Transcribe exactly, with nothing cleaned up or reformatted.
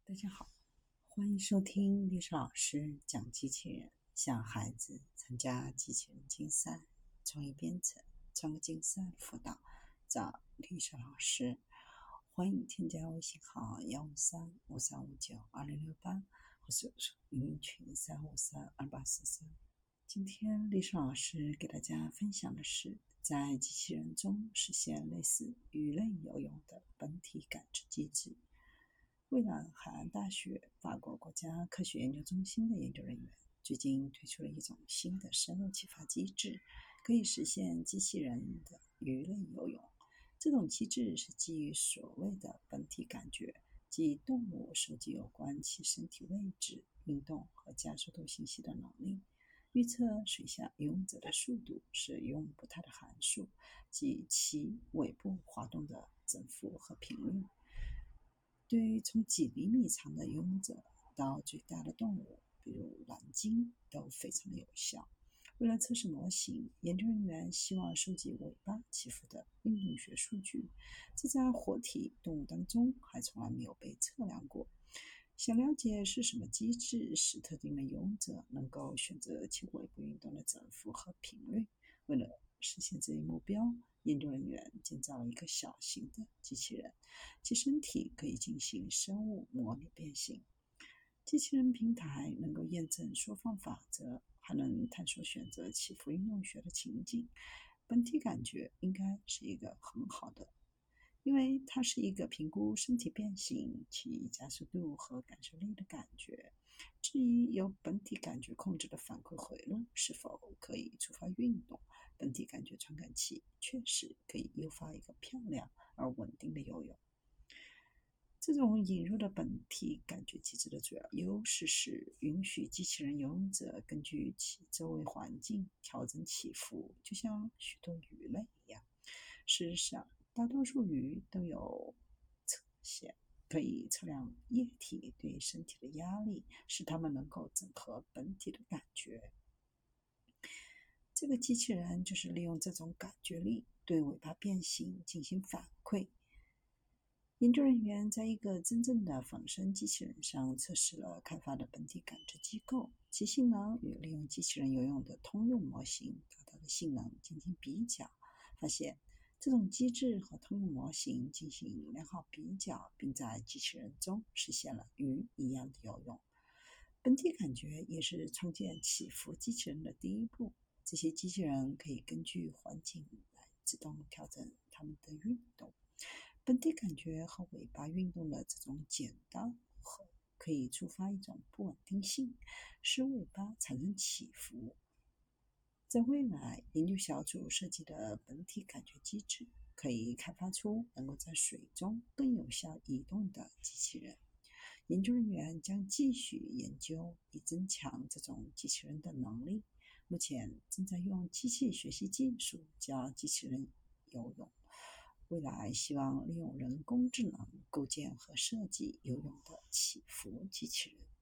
大家好，欢迎收听历史老师讲机器人，向孩子参加机器人竞赛、创意编程、创客竞赛辅导，找历史老师。欢迎添加微信号幺五三五三五九二零六八，或者语音群三五三二八四三。今天历史老师给大家分享的是，在机器人中实现类似鱼类游泳的本体感知机制。蔚蓝海岸大学法国国家科学研究中心的研究人员最近推出了一种新的生物启发机制，可以实现机器人的鱼类游泳。这种机制是基于所谓的本体感觉，即动物收集有关其身体位置、运动和加速度信息的能力。预测水下游泳者的速度是游泳步态的函数，即其尾部滑动的振幅和频率。对于从几厘米长的游泳者到最大的动物，比如蓝鲸，都非常的有效。为了测试模型，研究人员希望收集尾巴起伏的运动学数据，这在活体动物当中还从来没有被测量过。想了解是什么机制使特定的游泳者能够选择其尾部运动的振幅和频率。为了实现这一目标，研究人员建造了一个小型的机器人，其身体可以进行生物模拟变形。机器人平台能够验证缩放法则，还能探索选择起伏运动学的情景。本体感觉应该是一个很好的，因为它是一个评估身体变形、其加速度和感受力的感觉。至于由本体感觉控制的反馈回路是否可以触发运动，本体感觉传感器确实可以诱发一个漂亮而稳定的游泳。这种引入的本体感觉机制的主要优势是允许机器人游泳者根据其周围环境调整起伏，就像许多鱼类一样。事实上，大多数鱼都有侧线，可以测量液体对身体的压力，使它们能够整合本体的感觉。这个机器人就是利用这种感觉力对尾巴变形进行反馈。研究人员在一个真正的仿生机器人上测试了开发的本体感知机构，其性能与利用机器人游泳的通用模型达到的性能进行比较，发现这种机制和通用模型进行良好比较，并在机器人中实现了鱼一样的游泳。本体感觉也是创建起伏机器人的第一步，这些机器人可以根据环境来自动调整它们的运动。本体感觉和尾巴运动的这种简单和可以触发一种不稳定性，使尾巴产生起伏。在未来，研究小组设计的本体感觉机制可以开发出能够在水中更有效移动的机器人。研究人员将继续研究以增强这种机器人的能力。目前正在用机器学习技术教机器人游泳，未来希望利用人工智能构建和设计游泳的起伏机器人。